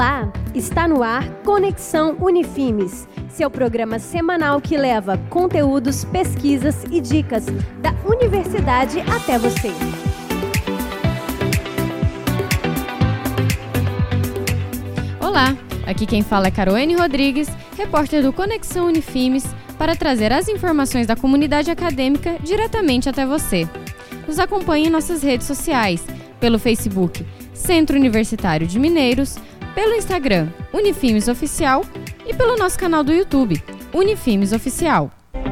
Olá! Está no ar Conexão Unifimes, seu programa semanal que leva conteúdos, pesquisas e dicas da universidade até você. Olá! Aqui quem fala é Caroline Rodrigues, repórter do Conexão Unifimes, para trazer as informações da comunidade acadêmica diretamente até você. Nos acompanhe em nossas redes sociais, pelo Facebook Centro Universitário de Mineiros, pelo Instagram Unifimes Oficial e pelo nosso canal do YouTube Unifimes Oficial.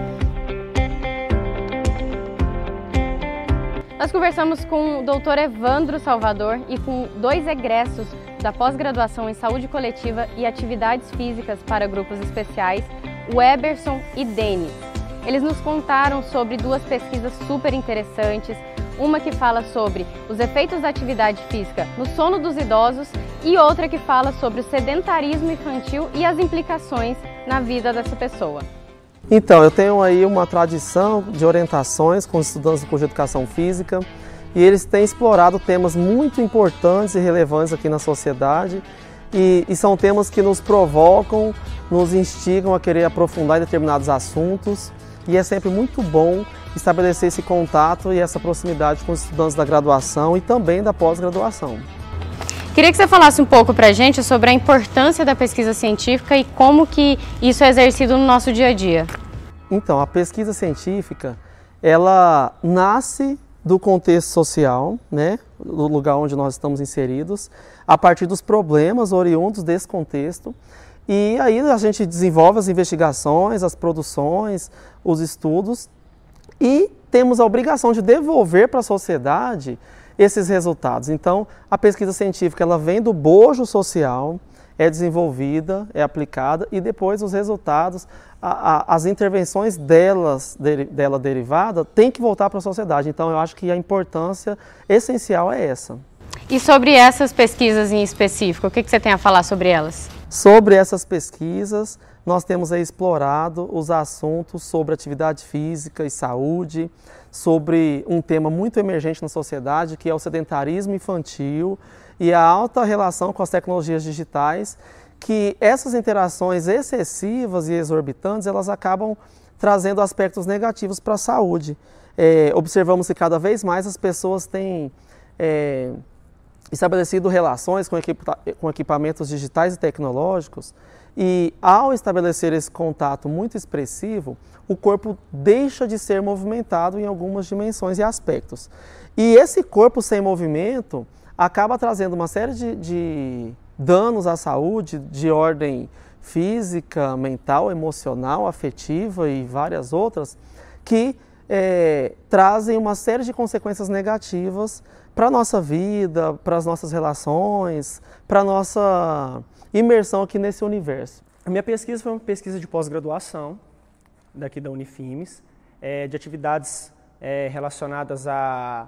Nós conversamos com o Dr. Evandro Salvador e com 2 egressos da pós-graduação em Saúde Coletiva e Atividades Físicas para Grupos Especiais, o Eberson e Denis. Eles nos contaram sobre 2 pesquisas super interessantes, uma que fala sobre os efeitos da atividade física no sono dos idosos e outra que fala sobre o sedentarismo infantil e as implicações na vida dessa pessoa. Então, eu tenho aí uma tradição de orientações com estudantes do curso de Educação Física e eles têm explorado temas muito importantes e relevantes aqui na sociedade e são temas que nos provocam, nos instigam a querer aprofundar em determinados assuntos e é sempre muito bom estabelecer esse contato e essa proximidade com os estudantes da graduação e também da pós-graduação. Queria que você falasse um pouco para a gente sobre a importância da pesquisa científica e como que isso é exercido no nosso dia a dia. Então, a pesquisa científica, ela nasce do contexto social, né, do lugar onde nós estamos inseridos, a partir dos problemas oriundos desse contexto. E aí a gente desenvolve as investigações, as produções, os estudos e temos a obrigação de devolver para a sociedade esses resultados. Então, a pesquisa científica ela vem do bojo social, é desenvolvida, é aplicada e depois os resultados, as intervenções dela derivada, tem que voltar para a sociedade. Então, eu acho que a importância essencial é essa. E sobre essas pesquisas em específico, o que você tem a falar sobre elas? Sobre essas pesquisas, nós temos aí explorado os assuntos sobre atividade física e saúde, sobre um tema muito emergente na sociedade, que é o sedentarismo infantil e a alta relação com as tecnologias digitais, que essas interações excessivas e exorbitantes, elas acabam trazendo aspectos negativos para a saúde. Observamos que cada vez mais as pessoas têm estabelecido relações com equipamentos digitais e tecnológicos e ao estabelecer esse contato muito expressivo, o corpo deixa de ser movimentado em algumas dimensões e aspectos. E esse corpo sem movimento acaba trazendo uma série de danos à saúde de ordem física, mental, emocional, afetiva e várias outras que trazem uma série de consequências negativas para a nossa vida, para as nossas relações, para a nossa imersão aqui nesse universo. A minha pesquisa foi uma pesquisa de pós-graduação, daqui da Unifimes, de atividades relacionadas à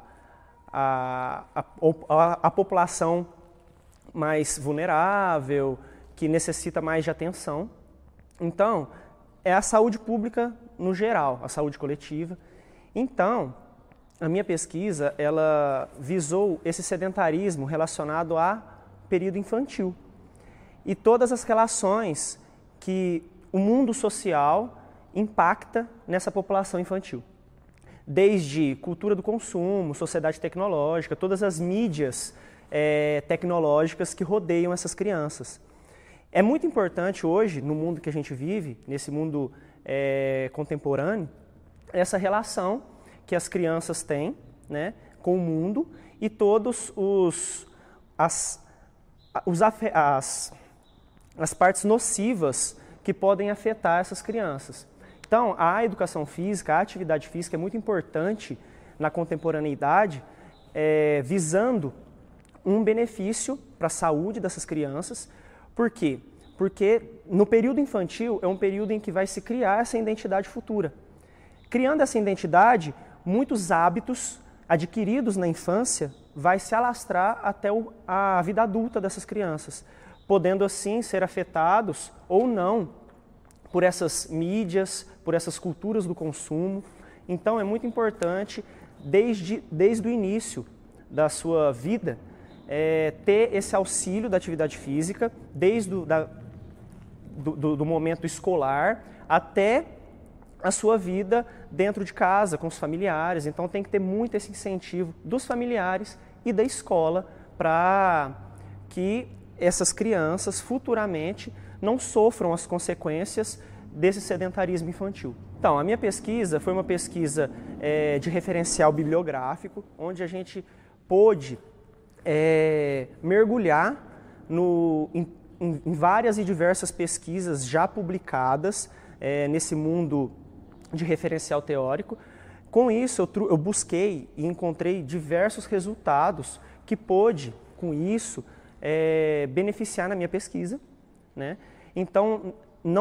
população mais vulnerável, que necessita mais de atenção. Então, é a saúde pública no geral, a saúde coletiva. Então, a minha pesquisa, ela visou esse sedentarismo relacionado a período infantil e todas as relações que o mundo social impacta nessa população infantil. Desde cultura do consumo, sociedade tecnológica, todas as mídias tecnológicas que rodeiam essas crianças. É muito importante hoje, no mundo que a gente vive, nesse mundo contemporâneo, essa relação que as crianças têm, né, com o mundo e todos as partes nocivas que podem afetar essas crianças. Então, a educação física, a atividade física é muito importante na contemporaneidade, visando um benefício para a saúde dessas crianças. Por quê? Porque no período infantil é um período em que vai se criar essa identidade futura. Criando essa identidade, muitos hábitos adquiridos na infância vai se alastrar até a vida adulta dessas crianças, podendo assim ser afetados ou não por essas mídias, por essas culturas do consumo. Então é muito importante, desde o início da sua vida, ter esse auxílio da atividade física desde do momento escolar até a sua vida dentro de casa, com os familiares. Então tem que ter muito esse incentivo dos familiares e da escola para que essas crianças futuramente não sofram as consequências desse sedentarismo infantil. Então, a minha pesquisa foi uma pesquisa de referencial bibliográfico, onde a gente pôde mergulhar em várias e diversas pesquisas já publicadas nesse mundo de referencial teórico. Com isso, eu busquei e encontrei diversos resultados que pôde, com isso, beneficiar na minha pesquisa, né? Então,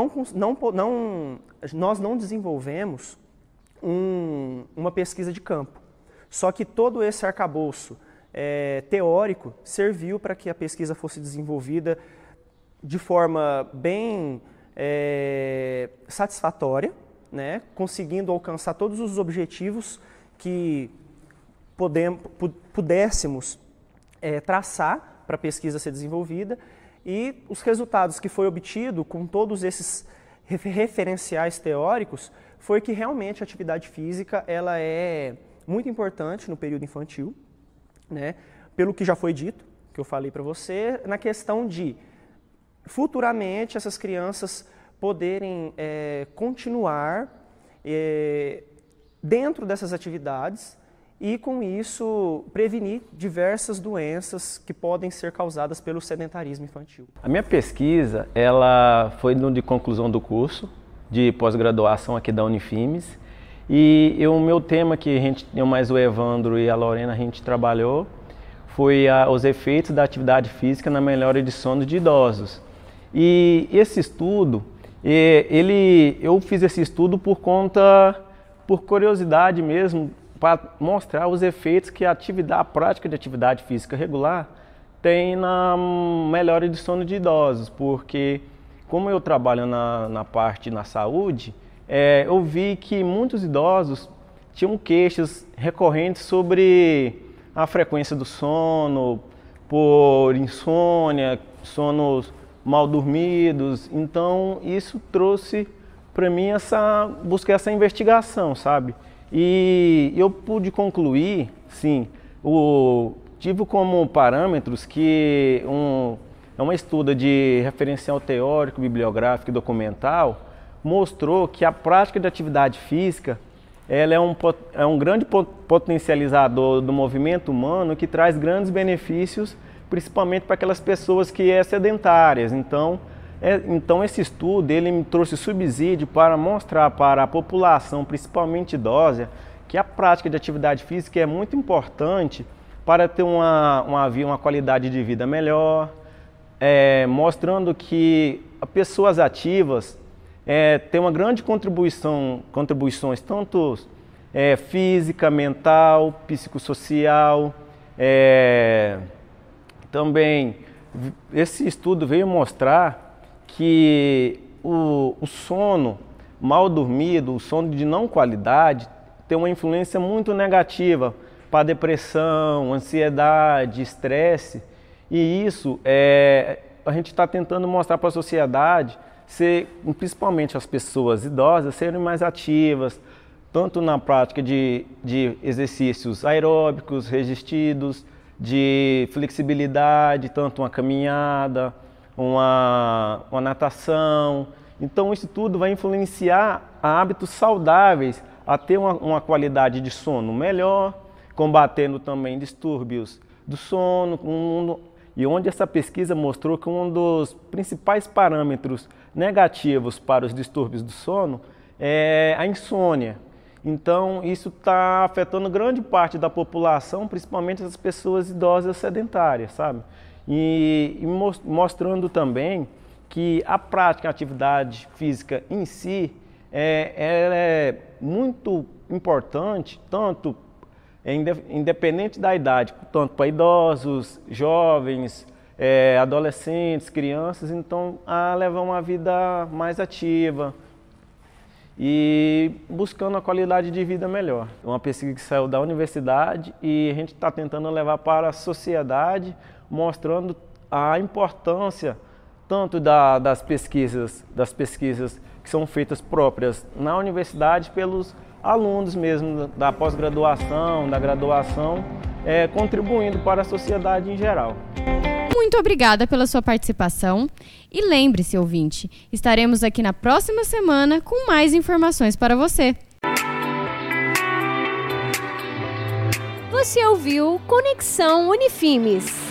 nós não desenvolvemos uma pesquisa de campo, só que todo esse arcabouço teórico serviu para que a pesquisa fosse desenvolvida de forma bem satisfatória, né? Conseguindo alcançar todos os objetivos que pudéssemos traçar para a pesquisa ser desenvolvida, e os resultados que foi obtido com todos esses referenciais teóricos foi que realmente a atividade física ela é muito importante no período infantil, né? Pelo que já foi dito, que eu falei para você, na questão de futuramente essas crianças poderem continuar dentro dessas atividades e, com isso, prevenir diversas doenças que podem ser causadas pelo sedentarismo infantil. A minha pesquisa ela foi de conclusão do curso de pós-graduação aqui da Unifimes, e o meu tema que eu mais o Evandro e a Lorena a gente trabalhou foi os efeitos da atividade física na melhora de sono de idosos. E esse estudo, eu fiz esse estudo por curiosidade mesmo, para mostrar os efeitos que a prática de atividade física regular tem na melhora de sono de idosos, porque como eu trabalho na parte na saúde, eu vi que muitos idosos tinham queixas recorrentes sobre a frequência do sono, por insônia, sonos mal dormidos. Então isso trouxe para mim buscar essa investigação, sabe? E eu pude concluir, sim, tive como parâmetros que uma estuda de referencial teórico, bibliográfico e documental mostrou que a prática de atividade física ela é um grande potencializador do movimento humano que traz grandes benefícios, principalmente para aquelas pessoas que são sedentárias. Então esse estudo ele me trouxe subsídio para mostrar para a população, principalmente idosa, que a prática de atividade física é muito importante para ter uma qualidade de vida melhor, mostrando que pessoas ativas têm uma grande contribuições tanto física, mental, psicossocial. Também esse estudo veio mostrar que o sono mal dormido, o sono de não qualidade, tem uma influência muito negativa para depressão, ansiedade, estresse. E isso a gente está tentando mostrar para a sociedade, principalmente as pessoas idosas, serem mais ativas, tanto na prática de exercícios aeróbicos, resistidos, de flexibilidade, tanto uma caminhada, uma natação. Então isso tudo vai influenciar a hábitos saudáveis, a ter uma qualidade de sono melhor, combatendo também distúrbios do sono, e onde essa pesquisa mostrou que um dos principais parâmetros negativos para os distúrbios do sono é a insônia. Então isso está afetando grande parte da população, principalmente as pessoas idosas sedentárias, sabe? E mostrando também que a prática de atividade física em si ela é muito importante, tanto independente da idade, tanto para idosos, jovens, adolescentes, crianças, então a levar uma vida mais ativa. e buscando a qualidade de vida melhor. Uma pesquisa que saiu da universidade e a gente está tentando levar para a sociedade, mostrando a importância tanto das pesquisas que são feitas próprias na universidade pelos alunos mesmo da pós-graduação, da graduação, contribuindo para a sociedade em geral. Muito obrigada pela sua participação e lembre-se, ouvinte, estaremos aqui na próxima semana com mais informações para você. Você ouviu Conexão Unifimes.